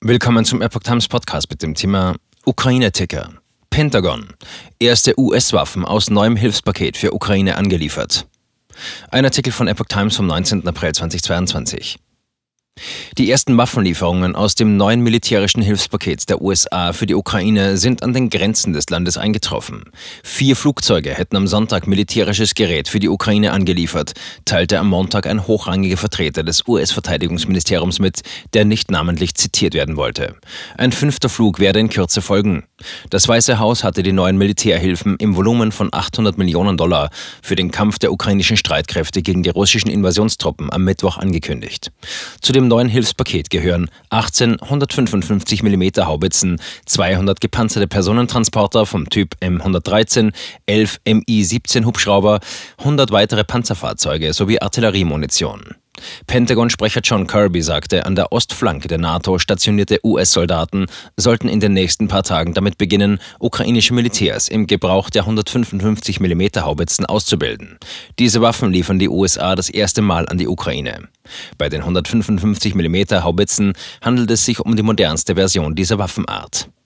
Willkommen zum Epoch Times Podcast mit dem Thema Ukraine-Ticker. Pentagon. Erste US-Waffen aus neuem Hilfspaket für Ukraine angeliefert. Ein Artikel von Epoch Times vom 19. April 2022. Die ersten Waffenlieferungen aus dem neuen militärischen Hilfspaket der USA für die Ukraine sind an den Grenzen des Landes eingetroffen. 4 Flugzeuge hätten am Sonntag militärisches Gerät für die Ukraine angeliefert, teilte am Montag ein hochrangiger Vertreter des US-Verteidigungsministeriums mit, der nicht namentlich zitiert werden wollte. Ein 5. Flug werde in Kürze folgen. Das Weiße Haus hatte die neuen Militärhilfen im Volumen von $800 Millionen für den Kampf der ukrainischen Streitkräfte gegen die russischen Invasionstruppen am Mittwoch angekündigt. Zu dem neuen Hilfspaket gehören 18 155 mm Haubitzen, 200 gepanzerte Personentransporter vom Typ M113, 11 Mi-17 Hubschrauber, 100 weitere Panzerfahrzeuge sowie Artilleriemunition. Pentagon-Sprecher John Kirby sagte, an der Ostflanke der NATO stationierte US-Soldaten sollten in den nächsten paar Tagen damit beginnen, ukrainische Militärs im Gebrauch der 155 mm Haubitzen auszubilden. Diese Waffen liefern die USA das erste Mal an die Ukraine. Bei den 155 mm Haubitzen handelt es sich um die modernste Version dieser Waffenart.